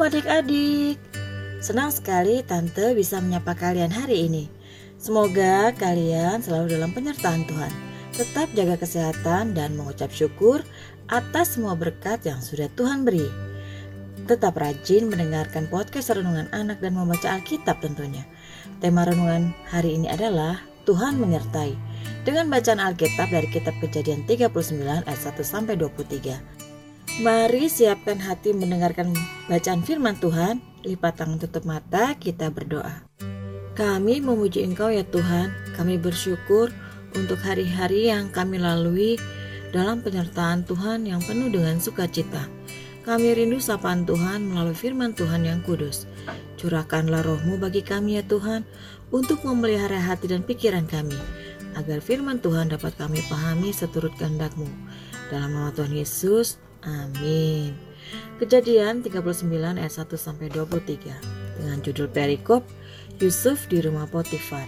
adik-adik. Senang sekali Tante bisa menyapa kalian hari ini. Semoga kalian selalu dalam penyertaan Tuhan. Tetap jaga kesehatan dan mengucap syukur atas semua berkat yang sudah Tuhan beri. Tetap rajin mendengarkan podcast Renungan Anak dan membaca Alkitab tentunya. Tema renungan hari ini adalah Tuhan menyertai. Dengan bacaan Alkitab dari kitab Kejadian 39 ayat 1-23. Mari siapkan hati mendengarkan bacaan firman Tuhan. Lipat tangan, tutup mata, kita berdoa. Kami memuji Engkau ya Tuhan. Kami bersyukur untuk hari-hari yang kami lalui dalam penyertaan Tuhan yang penuh dengan sukacita. Kami rindu sapaan Tuhan melalui firman Tuhan yang kudus. Curahkanlah roh-Mu bagi kami ya Tuhan, untuk memelihara hati dan pikiran kami, agar firman Tuhan dapat kami pahami seturut kehendak-Mu. Dalam nama Tuhan Yesus, amin. Kejadian 39 ayat 1-23 dengan judul perikop Yusuf di rumah Potifar.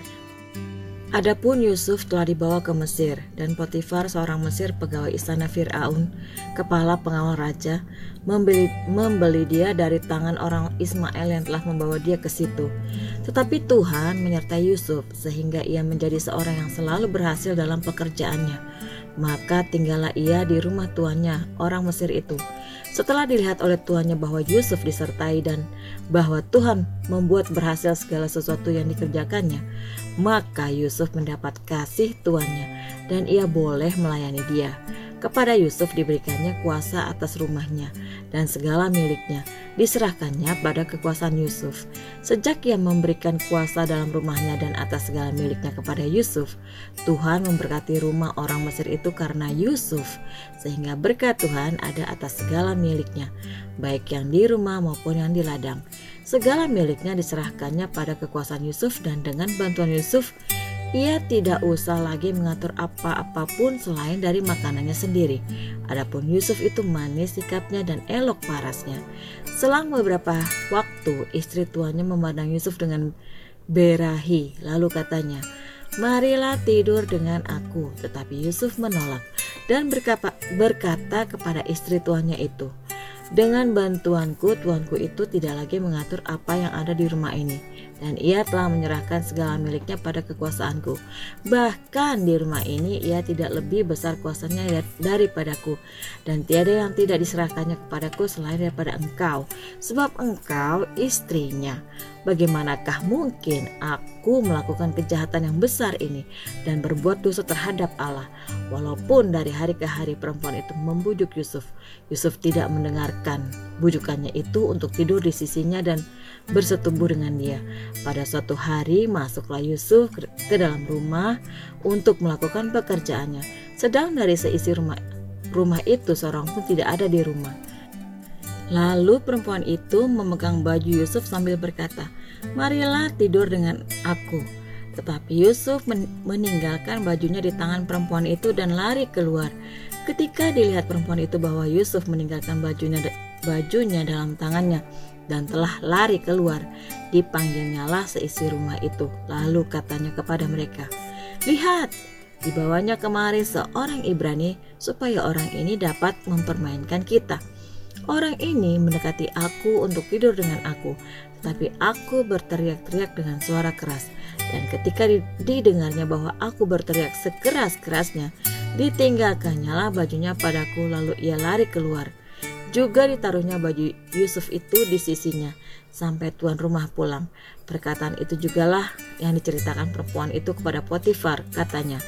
Adapun Yusuf telah dibawa ke Mesir, dan Potifar seorang Mesir pegawai istana Fir'aun, kepala pengawal raja, membeli dia dari tangan orang Ismail yang telah membawa dia ke situ. Tetapi Tuhan menyertai Yusuf sehingga ia menjadi seorang yang selalu berhasil dalam pekerjaannya. Maka tinggallah ia di rumah tuannya, orang Mesir itu. Setelah dilihat oleh tuannya bahwa Yusuf disertai dan bahwa Tuhan membuat berhasil segala sesuatu yang dikerjakannya, maka Yusuf mendapat kasih tuannya dan ia boleh melayani dia. Kepada Yusuf diberikannya kuasa atas rumahnya dan segala miliknya diserahkannya pada kekuasaan Yusuf. Sejak ia memberikan kuasa dalam rumahnya dan atas segala miliknya kepada Yusuf, Tuhan memberkati rumah orang Mesir itu karena Yusuf, sehingga berkat Tuhan ada atas segala miliknya, baik yang di rumah maupun yang di ladang. Segala miliknya diserahkannya pada kekuasaan Yusuf, dan dengan bantuan Yusuf ia tidak usah lagi mengatur apa-apapun selain dari makanannya sendiri. Adapun Yusuf itu manis sikapnya dan elok parasnya. Selang beberapa waktu, istri tuannya memandang Yusuf dengan berahi, lalu katanya, "Marilah tidur dengan aku." Tetapi Yusuf menolak dan berkata kepada istri tuannya itu, "Dengan bantuanku, tuanku itu tidak lagi mengatur apa yang ada di rumah ini, dan ia telah menyerahkan segala miliknya pada kekuasaanku. Bahkan di rumah ini ia tidak lebih besar kuasanya daripadaku, dan tiada yang tidak diserahkannya kepadaku selain daripada engkau, sebab engkau istrinya. Bagaimanakah mungkin aku melakukan kejahatan yang besar ini dan berbuat dosa terhadap Allah?" Walaupun dari hari ke hari perempuan itu membujuk Yusuf, Yusuf tidak mendengarkan bujukannya itu untuk tidur di sisinya dan bersetubuh dengan dia. Pada suatu hari masuklah Yusuf ke dalam rumah untuk melakukan pekerjaannya. Sedang dari seisi rumah itu seorang pun tidak ada di rumah. Lalu perempuan itu memegang baju Yusuf sambil berkata, "Marilah tidur dengan aku." Tetapi Yusuf meninggalkan bajunya di tangan perempuan itu dan lari keluar. Ketika dilihat perempuan itu bahwa Yusuf meninggalkan bajunya dalam tangannya dan telah lari keluar, dipanggilnyalah seisi rumah itu. Lalu katanya kepada mereka, "Lihat, dibawanya kemari seorang Ibrani supaya orang ini dapat mempermainkan kita. Orang ini mendekati aku untuk tidur dengan aku, tetapi aku berteriak-teriak dengan suara keras. Dan ketika didengarnya bahwa aku berteriak sekeras-kerasnya, ditinggalkannyalah bajunya padaku, lalu ia lari keluar. Juga ditaruhnya baju Yusuf itu di sisinya sampai tuan rumah pulang." Perkataan itu jugalah yang diceritakan perempuan itu kepada Potifar. Katanya,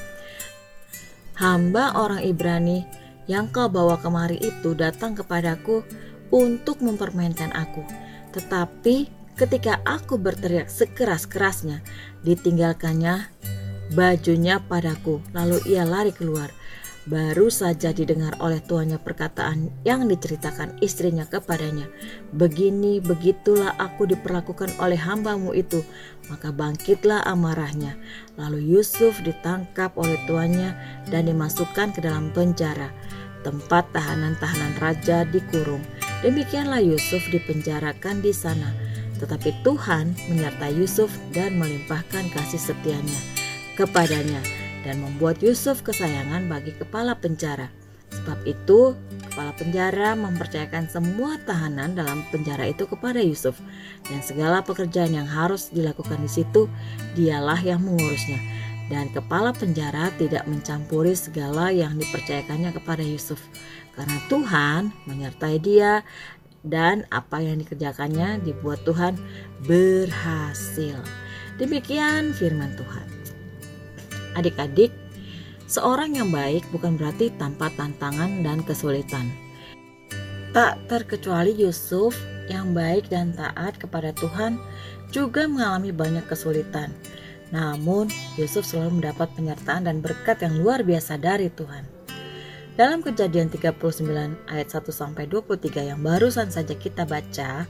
"Hamba orang Ibrani yang kau bawa kemari itu datang kepadaku untuk mempermainkan aku. Tetapi ketika aku berteriak sekeras-kerasnya, ditinggalkannya bajunya padaku, lalu ia lari keluar." Baru saja didengar oleh tuannya perkataan yang diceritakan istrinya kepadanya, begitulah aku diperlakukan oleh hambamu itu." Maka bangkitlah amarahnya. Lalu Yusuf ditangkap oleh tuannya dan dimasukkan ke dalam penjara, tempat tahanan-tahanan raja dikurung. Demikianlah Yusuf dipenjarakan di sana. Tetapi Tuhan menyertai Yusuf dan melimpahkan kasih setianya kepadanya, dan membuat Yusuf kesayangan bagi kepala penjara. Sebab itu kepala penjara mempercayakan semua tahanan dalam penjara itu kepada Yusuf, dan segala pekerjaan yang harus dilakukan di situ dialah yang mengurusnya. Dan kepala penjara tidak mencampuri segala yang dipercayakannya kepada Yusuf, karena Tuhan menyertai dia dan apa yang dikerjakannya dibuat Tuhan berhasil. Demikian firman Tuhan. Adik-adik, seorang yang baik bukan berarti tanpa tantangan dan kesulitan. Tak terkecuali Yusuf yang baik dan taat kepada Tuhan juga mengalami banyak kesulitan. Namun Yusuf selalu mendapat penyertaan dan berkat yang luar biasa dari Tuhan. Dalam Kejadian 39 ayat 1-23 yang barusan saja kita baca,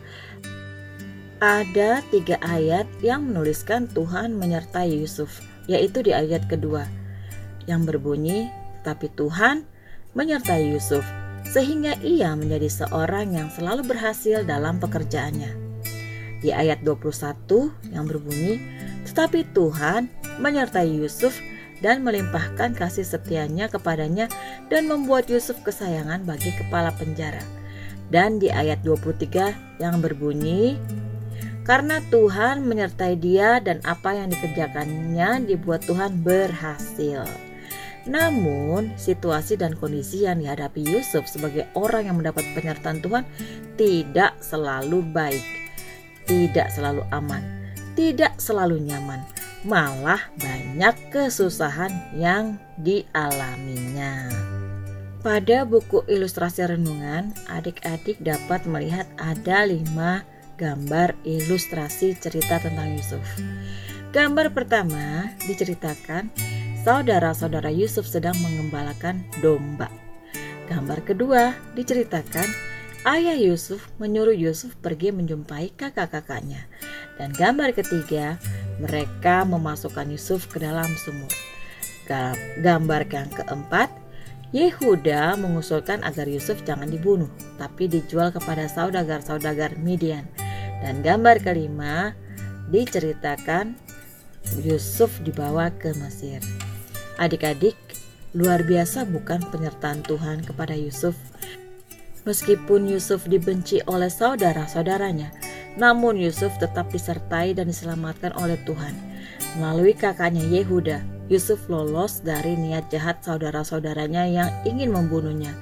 ada 3 ayat yang menuliskan Tuhan menyertai Yusuf, yaitu di ayat kedua yang berbunyi, "Tapi Tuhan menyertai Yusuf sehingga ia menjadi seorang yang selalu berhasil dalam pekerjaannya." Di ayat 21 yang berbunyi, "Tetapi Tuhan menyertai Yusuf dan melimpahkan kasih setianya kepadanya dan membuat Yusuf kesayangan bagi kepala penjara." Dan di ayat 23 yang berbunyi, "Karena Tuhan menyertai dia dan apa yang dikerjakannya dibuat Tuhan berhasil." Namun, situasi dan kondisi yang dihadapi Yusuf sebagai orang yang mendapat penyertaan Tuhan tidak selalu baik, tidak selalu aman, tidak selalu nyaman. Malah banyak kesusahan yang dialaminya. Pada buku ilustrasi renungan, adik-adik dapat melihat ada 5 gambar ilustrasi cerita tentang Yusuf. Gambar pertama diceritakan saudara-saudara Yusuf sedang mengembalakan domba. Gambar kedua diceritakan ayah Yusuf menyuruh Yusuf pergi menjumpai kakak-kakaknya. Dan gambar ketiga, mereka memasukkan Yusuf ke dalam sumur. Gambar yang keempat, Yehuda mengusulkan agar Yusuf jangan dibunuh, tapi dijual kepada saudagar-saudagar Midian. Dan gambar kelima, diceritakan Yusuf dibawa ke Mesir. Adik-adik, luar biasa bukan penyertaan Tuhan kepada Yusuf? Meskipun Yusuf dibenci oleh saudara-saudaranya, namun Yusuf tetap disertai dan diselamatkan oleh Tuhan. Melalui kakaknya Yehuda, Yusuf lolos dari niat jahat saudara-saudaranya yang ingin membunuhnya.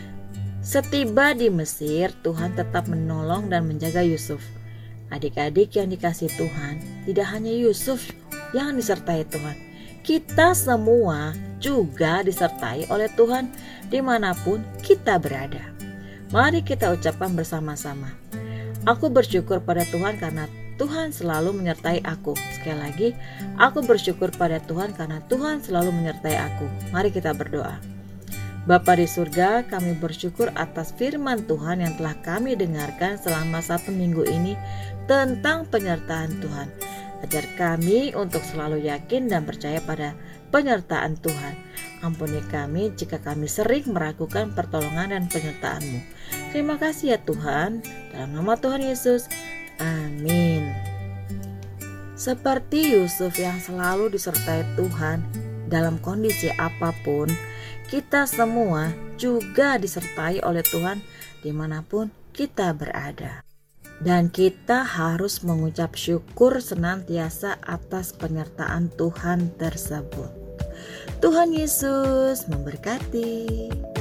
Setiba di Mesir, Tuhan tetap menolong dan menjaga Yusuf. Adik-adik yang dikasihi Tuhan, tidak hanya Yusuf yang disertai Tuhan, kita semua juga disertai oleh Tuhan dimanapun kita berada. Mari kita ucapkan bersama-sama, "Aku bersyukur pada Tuhan karena Tuhan selalu menyertai aku." Sekali lagi, aku bersyukur pada Tuhan karena Tuhan selalu menyertai aku. Mari kita berdoa. Bapa di surga, kami bersyukur atas firman Tuhan yang telah kami dengarkan selama 1 minggu ini tentang penyertaan Tuhan. Ajar kami untuk selalu yakin dan percaya pada penyertaan Tuhan. Ampuni kami jika kami sering meragukan pertolongan dan penyertaan-Mu. Terima kasih ya Tuhan, dalam nama Tuhan Yesus, amin. Seperti Yusuf yang selalu disertai Tuhan dalam kondisi apapun, kita semua juga disertai oleh Tuhan dimanapun kita berada. Dan kita harus mengucap syukur senantiasa atas penyertaan Tuhan tersebut. Tuhan Yesus memberkati.